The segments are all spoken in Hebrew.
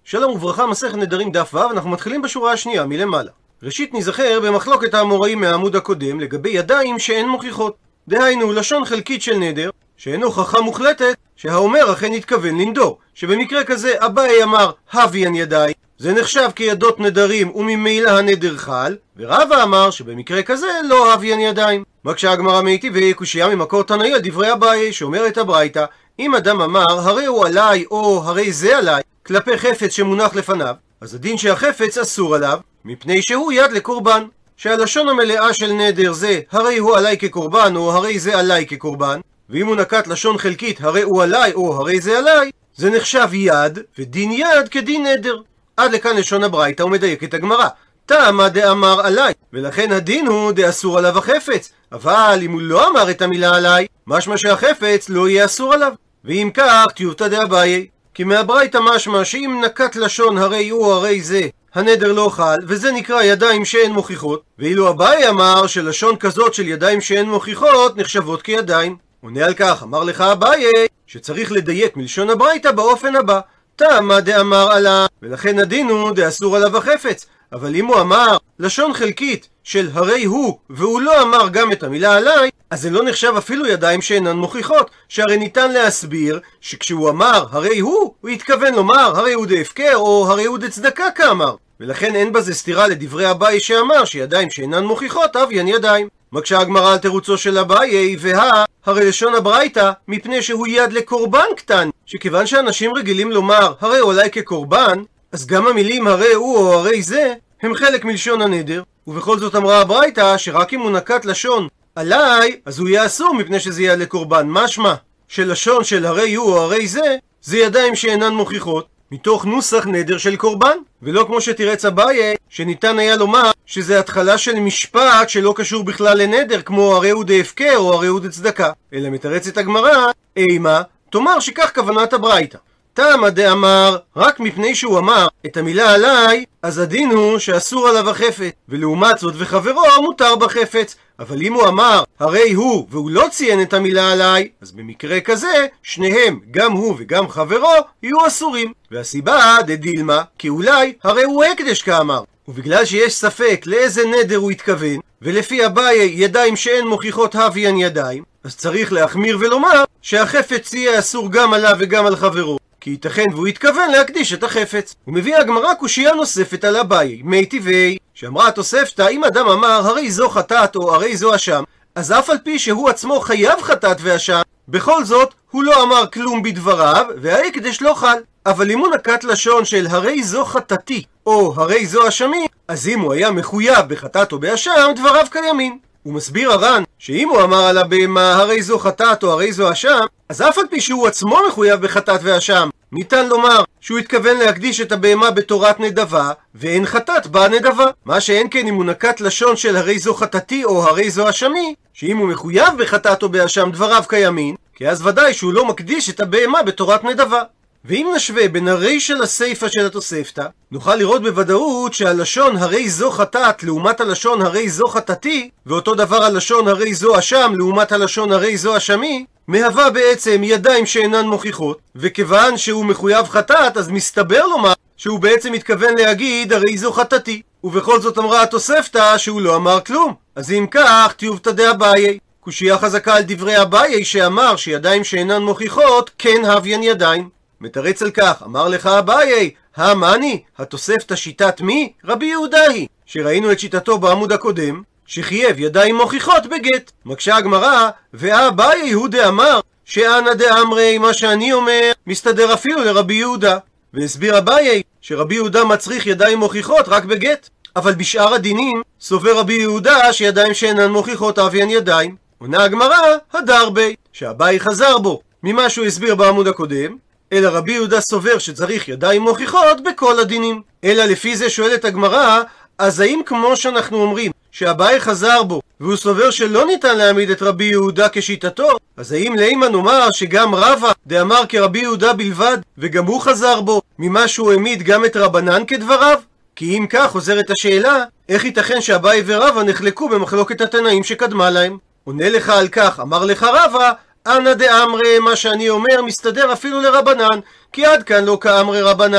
שלום וברכה, מסכת נדרים דף ו', אנחנו מתחילים בשורה השנייה מלמעלה. ראשית נזכר במחלוקת האמוראים מהעמוד הקודם לגבי ידיים שאין מוכיחות. דהיינו לשון חלקית של נדר, שאין הוכחה מוחלטת שהאומר אכן התכוון לנדור, שבמקרה כזה אביי אמר הביין ידיים, זה נחשב כידות נדרים וממילא הנדר חל, ורבא אמר שבמקרה כזה לא הביין ידיים. מקשה הגמרא מיטיבי קושיה ממקור תנאי על דברי אביי, שאומרת הברייתא, אם אדם אמר הרי הוא עליי או הרי זה עליי כלפי חפץ שמונח לפניו, אז הדין שהחפץ אסור עליו מפני שהוא יד לקורבן, שהלשון המלאה של נדר זה הרי הוא עליי כקורבן או הרי זה עליי כקורבן, ואם הוא נקט לשון חלקית הרי הוא עליי או הרי זה עליי, זה נחשב יד, ודין יד כדין נדר. עד לכאן לשון הברייתא ומדייקת הגמרא, תמה דאמר עליי, ולכן הדין הוא דאסור עליו החפץ, אבל אם הוא לא אמר את המילה עליי, משמע שהחפץ לא יהיה אסור עליו. ואם כך תיובתא דאביי, כי מהברייתא משמע שאם נקט לשון הרי הוא הרי זה, הנדר לא חל, וזה נקרא ידיים שאין מוכיחות, ואילו אביי אמר שלשון כזאת של ידיים שאין מוכיחות נחשבות כידיים. עונה על כך, אמר לך אביי שצריך לדייק מלשון הברייתא באופן הבא, תמה דאמר עליו, ולכן הדין הוא דאסור עליו החפץ. אבל אם הוא אמר לשון חלקית של הרי הוא, והוא לא אמר גם את המילה עליי, אז זה לא נחשב אפילו ידיים שאינן מוכיחות, שהרי ניתן להסביר שכשהוא אמר הרי הוא התכוון לומר הרי הוא דהפקר או הרי הוא דצדקה כאמר, ולכן אין בזה סתירה לדברי אביי שאמר שידיים שאינן מוכיחות הביין ידיים. מקשה הגמרא על תירוצו של אביי, הרי לשון הברייתא מפני שהוא יד לקורבן קטן, שכיוון שאנשים רגילים לומר הרי הוא עליי כקורבן, אז גם המילים הרי הוא או הרי זה הם חלק מלשון הנדר, ובכל זאת אמרה הברייתא שרק אם הוא נקט לשון עליי אז הוא יהיה אסור מפני שזה יד לקורבן, משמע שלשון של הרי הוא או הרי זה זה ידיים שאינן מוכיחות מתוך נוסח נדר של קורבן, ולא כמו שתירץ אביי שניתן היה לומר שזה התחלה של משפט שלא קשור בכלל לנדר כמו הרי הוא דהפקר או הרי הוא דצדקה, אלא מתרצת הגמרא אימה תאמר שכך כוונת הברייתא, תמה דאמר רק מפני שהוא אמר את המילה עליי אז הדין הוא שאסור עליו החפץ, ולעומת זאת וחברו מותר בחפץ. אבל אם הוא אמר הרי הוא והוא לא ציין את המילה עליי, אז במקרה כזה שניהם, גם הוא וגם חברו, יהיו אסורים. והסיבה דדילמה כי אולי הרי הוא הקדש כאמר, ובגלל שיש ספק לאיזה נדר הוא התכוון, ולפי אביי ידיים שאין מוכיחות הביין ידיים, אז צריך להחמיר ולומר שהחפץ יהיה אסור גם עליו וגם על חברו, כי ייתכן והוא התכוון להקדיש את החפץ. ומביא הגמרא קושיה נוספת על אביי מיטיבי, שאמרה התוספתא אם אדם אמר הרי זו חטאת או הרי זו אשם, אז אף על פי שהוא עצמו חייב חטאת ואשם, בכל זאת הוא לא אמר כלום בדבריו וההקדש לא חל. אבל אם הוא נקט לשון של הרי זו חטאתי או הרי זו אשמי, אז אם הוא היה מחויב בחטאת או באשם דבריו קיימים. הוא מסביר הר"ן שאם הוא אמר על הבהמה הרי זו חטאת או הרי זו אשם, אז אף על פי שהוא עצמו מחויב בחטאת ואשם, ניתן לומר שהוא התכוון להקדיש את הבהמה בתורת נדבה, ואין חטאת בה נדבה. מה שאין כן אם הוא נקט לשון של הרי זו חטאתי או הרי זו אשמי, שאם הוא מחויב בחטאת או באשם דבריו קיימים, כי אז ודאי שהוא לא מקדיש את הבהמה בתורת נדבה. ואם נשווה בין הרישא לסיפא של התוספתא, נוכל לראות בוודאות שהלשון הרי זו חטאת לעומת הלשון הרי זו חטאתי, ואותו דבר הלשון הרי זו אשם לעומת הלשון הרי זו אשמי, מהווה בעצם ידיים שאינן מוכיחות, וכיוון שהוא מחויב חטאת אז מסתבר לומר שהוא בעצם מתכוון להגיד הרי זו חטאתי, ובכל זאת אמרה התוספתא שהוא לא אמר כלום. אז אם כך תיובתא דאביי, קושיה חזקה על דברי אביי שאמר שידיים שאינן מוכיחות כן הביין ידיים. מתרץ על כך, אמר לך אביי, המאני, התוספתא שיטת מי? רבי יהודה היא, שראינו את שיטתו בעמוד הקודם, שחייב ידיים מוכיחות בגט. מקשה הגמרא, ואביי הוא דאמר, שאנא דאמרי מה שאני אומר, מסתדר אפילו לרבי יהודה. והסביר אביי, שרבי יהודה מצריך ידיים מוכיחות רק בגט, אבל בשאר הדינים, סובר רבי יהודה שידיים שאינן מוכיחות הביין ידיים. עונה הגמרא, הדרבי, שאביי חזר בו ממה שהוא הסביר בעמוד הקודם, אלא רבי יהודה סובר שצריך ידיים מוכיחות בכל הדינים. אלא לפי זה שואלת הגמרא, אז האם כמו שאנחנו אומרים שאביי חזר בו והוא סובר שלא ניתן להעמיד את רבי יהודה כשיטתו, אז האם לימה נאמר שגם רבא דאמר כרבי יהודה בלבד וגם הוא חזר בו ממה שהוא העמיד גם את רבנן כדבריו? כי אם כך חוזרת השאלה, איך ייתכן שאביי ורבא נחלקו במחלוקת התנאים שקדמה להם? עונה לך על כך, אמר לך רבא, אנא דאמרי מה שאני אומר מסתדר אפילו לרבנן, כי עד כאן לא כאמרי רבנן,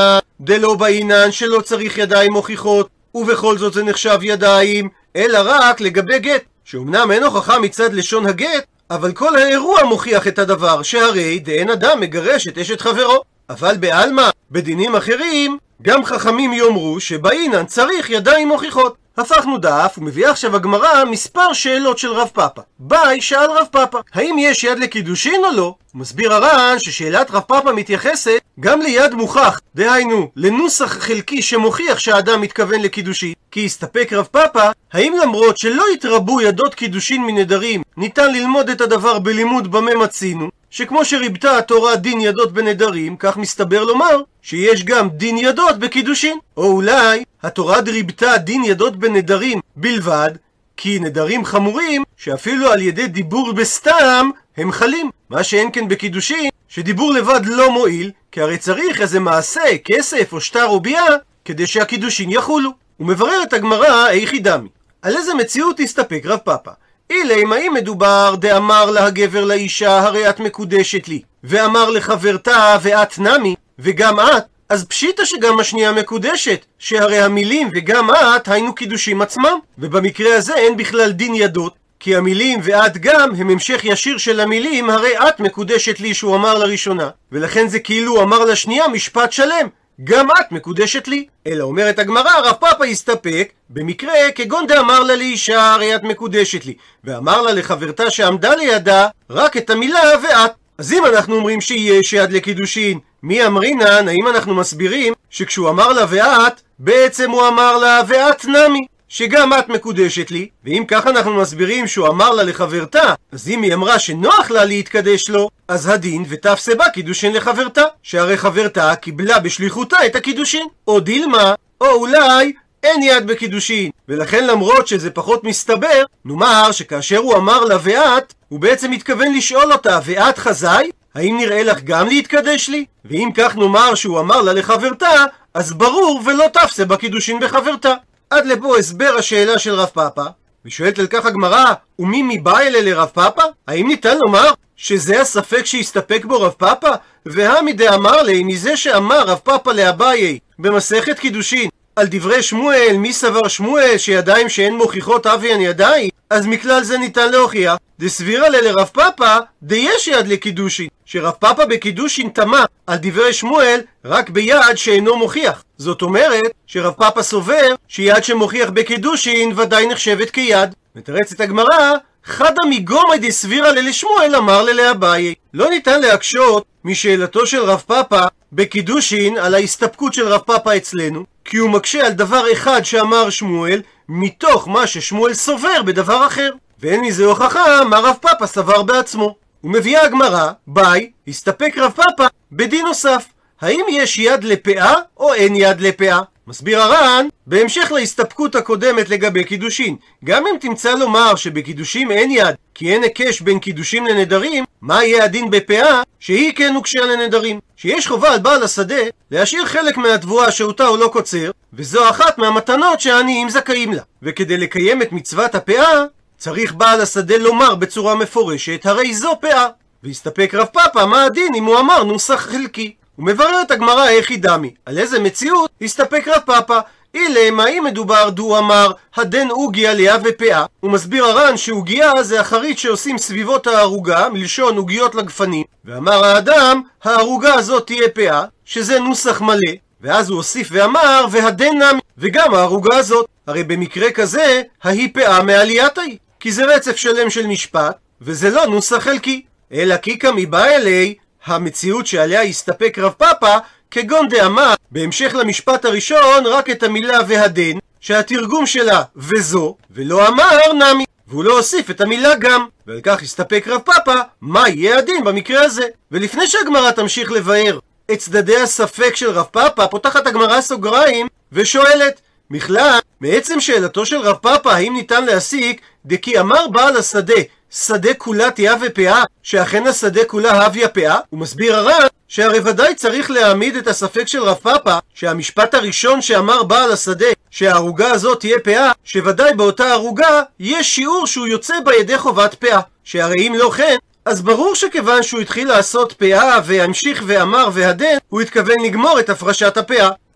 דלא באינן שלא צריך ידיים מוכיחות, ובכל זאת זה נחשב ידיים, אלא רק לגבי גט, שאומנם אין הוכחה מצד לשון הגט, אבל כל האירוע מוכיח את הדבר, שהרי דאין אדם מגרש את אשת חברו. אבל בעלמא, בדינים אחרים, גם חכמים יאמרו שבאינן צריך ידיים מוכיחות. הפכנו דף, ומביא עכשיו הגמרא מספר שאלות של רב פאפא. ביי, שאל רב פאפא, האם יש יד לקידושין או לא? הוא מסביר הר"ן ששאלת רב פאפא מתייחסת גם ליד מוכח, דהיינו, לנוסח חלקי שמוכיח שהאדם מתכוון לקידושין. כי הסתפק רב פאפא, האם למרות שלא התרבו ידות קידושין מנדרים, ניתן ללמוד את הדבר בלימוד במה מצינו, שכמו שריבתה התורה דין ידות בנדרים, כך מסתבר לומר שיש גם דין ידות בקידושין. או אולי התורה דריבתה דין ידות בנדרים בלבד, כי נדרים חמורים שאפילו על ידי דיבור בסתם הם חלים, מה שאין כן בקידושין, שדיבור לבד לא מועיל, כי הרי צריך איזה מעשה, כסף או שטר או ביאה כדי שהקידושין יחולו. הוא מברר את הגמרא איכי דמי, על איזה מציאות הסתפק רב פאפא. אילם האם מדובר דאמר לה הגבר לאישה הרי את מקודשת לי, ואמר לחברתה ואת נמי, וגם את, אז פשיטה שגם השנייה מקודשת, שהרי המילים וגם את היינו קידושים עצמם, ובמקרה הזה אין בכלל דין ידות, כי המילים ואת גם הם המשך ישיר של המילים הרי את מקודשת לי שהוא אמר לראשונה, ולכן זה כאילו הוא אמר לשנייה משפט שלם, גם את מקודשת לי. אלא אומרת הגמרא, רב פאפא הסתפק במקרה כגון דאמר לה לאישה הרי את מקודשת לי, ואמר לה לחברתה שעמדה לידה רק את המילה ואת. אז אם אנחנו אומרים שיש יד לקידושין, מי אמרינן? האם אנחנו מסבירים שכשהוא אמר לה ואת, בעצם הוא אמר לה ואת נמי, שגם את מקודשת לי? ואם ככה אנחנו מסבירים שהוא אמר לה לחברתה, אז אם היא אמרה שנוח לה להתקדש לו, אז הדין ותפסה בה קידושין לחברתה, שהרי חברתה קיבלה בשליחותה את הקידושין. או דילמה, או אולי אין יד בקידושין, ולכן למרות שזה פחות מסתבר, נאמר שכאשר הוא אמר לה ואת, הוא בעצם מתכוון לשאול אותה, ואת חזאי? האם נראה לך גם להתקדש לי? ואם כך נאמר שהוא אמר לה לחברתה, אז ברור ולא תפסה בקידושין בחברתה. עד לפה הסבר השאלה של רב פאפא, ושואלת על כך הגמרא, ומי מבא אלה לרב פאפא? האם ניתן לומר שזה הספק שהסתפק בו רב פאפא? והמי דאמר לי, מזה שאמר רב פאפא לאביי במסכת קידושין על דברי שמואל, מי סבר שמואל שידיים שאין מוכיחות אביין ידיים, אז מכלל זה ניתן להוכיח דסבירה לרב פאפא דיש יד לקידושין, שרב פאפא בקידושין תמה על דברי שמואל רק ביד שאינו מוכיח. זאת אומרת שרב פאפא סובר שיד שמוכיח בקידושין ודאי נחשבת כיד. מתרצת הגמרא, חדא מגומא דסבירה לשמואל אמר לאביי. לא ניתן להקשות משאלתו של רב פאפא בקידושין על ההסתפקות של רב פאפא אצלנו, כי הוא מקשה על דבר אחד שאמר שמואל מתוך מה ששמואל סובר בדבר אחר, ואין מזה הוכחה מה רב פאפא סבר בעצמו. ומביאה הגמרא, ביי, הסתפק רב פאפא בדין נוסף, האם יש יד לפאה או אין יד לפאה? מסביר הר"ן, בהמשך להסתפקות הקודמת לגבי קידושין, גם אם תמצא לומר שבקידושים אין יד, כי אין הקש בין קידושים לנדרים, מה יהיה הדין בפאה שהיא כן הוקשה לנדרים? שיש חובה על בעל השדה להשאיר חלק מהתבואה שאותה הוא לא קוצר, וזו אחת מהמתנות שהעניים זכאים לה. וכדי לקיים את מצוות הפאה, צריך בעל השדה לומר בצורה מפורשת, הרי זו פאה. והסתפק רב פאפא מה הדין אם הוא אמר נוסח חלקי. הוא מברר את הגמרא איכי דמי, על איזה מציאות הסתפק רב פאפא. אילם האם מדובר דו אמר הדן עוגיה ליה ופאה. הוא מסביר הר"ן שעוגיה זה החריץ שעושים סביבות הערוגה, מלשון עוגיות לגפנים, ואמר האדם הערוגה הזאת תהיה פאה, שזה נוסח מלא, ואז הוא הוסיף ואמר והדן נמי, וגם הערוגה הזאת. הרי במקרה כזה ההיא פאה מעליית ההיא, כי זה רצף שלם של משפט וזה לא נוסח חלקי. אלא קיקא מבא אלי, המציאות שעליה הסתפק רב פאפא כגון דאמר בהמשך למשפט הראשון רק את המילה והדן, שהתרגום שלה וזו, ולא אמר נמי, והוא לא הוסיף את המילה גם, ועל כך הסתפק רב פאפא מה יהיה הדין במקרה הזה. ולפני שהגמרא תמשיך לבאר את צדדי הספק של רב פאפא, פותחת הגמרא סוגריים ושואלת, בכלל, מעצם שאלתו של רב פאפא האם ניתן להסיק דכי אמר בעל השדה שדה כולה תהיה ופאה, שאכן השדה כולה הביה פאה? הוא מסביר הר"ן שהרי ודאי צריך להעמיד את הספק של רב פאפא שהמשפט הראשון שאמר בעל השדה שהערוגה הזאת תהיה פאה, שוודאי באותה ערוגה יש שיעור שהוא יוצא בידי חובת פאה, שהרי אם לא כן אז ברור שכיוון שהוא התחיל לעשות פאה והמשיך ואמר והדן, הוא התכוון לגמור את הפרשת הפאה.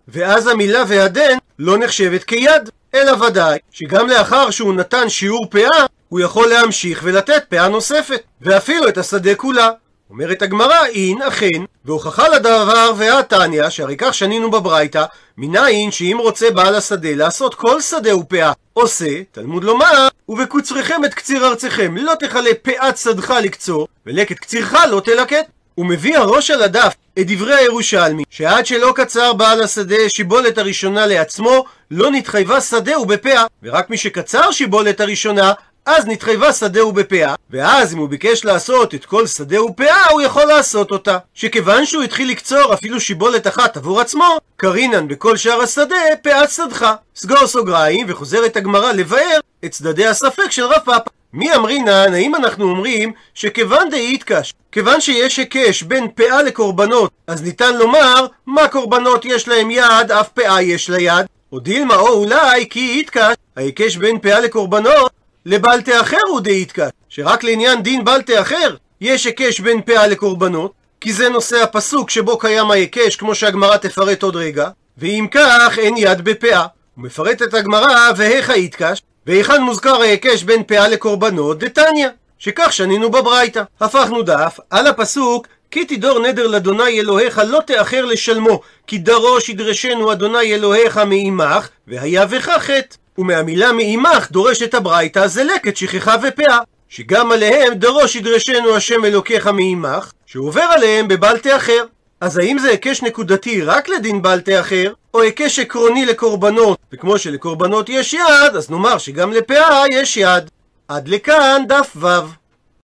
ואז המילה והדן לא נחשבת כיד, אלא ודאי שגם לאחר שהוא נתן שיעור פאה, הוא יכול להמשיך ולתת פאה נוספת, ואפילו את השדה כולה. אומרת הגמרא, אין אכן, והוכחה לדבר והתניא, שהרי כך שנינו בברייתא, מניין שאם רוצה בעל השדה לעשות כל שדה ופאה עושה, תלמוד לומר, ובקוצריכם את קציר ארציכם, לא תכלה פאת שדך לקצור, ולקט קצירך לא תלקט. הוא מביא הראש על הדף את דברי הירושלמי, שעד שלא קצר בעל השדה שיבולת הראשונה לעצמו, לא נתחייבה שדה ובפאה, ורק מי שקצר שיבולת הראשונה, אז נתחייבה שדה ובפאה, ואז אם הוא ביקש לעשות את כל שדה ופאה, הוא יכול לעשות אותה. שכיוון שהוא התחיל לקצור אפילו שיבולת אחת עבור עצמו, קרינן בכל שאר השדה פאת שדך. סגור סוגריים, וחוזרת הגמרא לבאר את צדדי הספק של רב פאפא. מי אמרינן, האם אנחנו אומרים שכיוון דאיתקש, כיוון שיש היקש בין פאה לקורבנות, אז ניתן לומר מה קורבנות יש להם יד, אף פאה יש לה יד? או דילמה, או אולי כי איתקש, ההיקש בין פאה לקורבנות לבל תאחר הוא דאיתקש, שרק לעניין דין בל תאחר יש היקש בין פאה לקורבנות, כי זה נושא הפסוק שבו קיים ההיקש, כמו שהגמרא תפרט עוד רגע, ואם כך אין יד בפאה. ומפרטת הגמרא, והיכא איתקש, והיכן מוזכר ההיקש בין פאה לקורבנות? דתניא, שכך שנינו בברייתא. הפכנו דף על הפסוק, כי תדור נדר לאדוני אלוהיך לא תאחר לשלמו, כי דרוש ידרשנו אדוני אלוהיך מעמך, והיה וכך חטא. ומהמילה מעמך דורשת הברייתא זה לקט שכחה ופאה, שגם עליהם דרוש ידרשנו השם אלוקיך מעמך, שעובר עליהם בבל תאחר. אז האם זה היקש נקודתי רק לדין בל תאחר, או היקש עקרוני לקורבנות, וכמו שלקורבנות יש יד, אז נאמר שגם לפאה יש יד. עד לכאן דף ו'.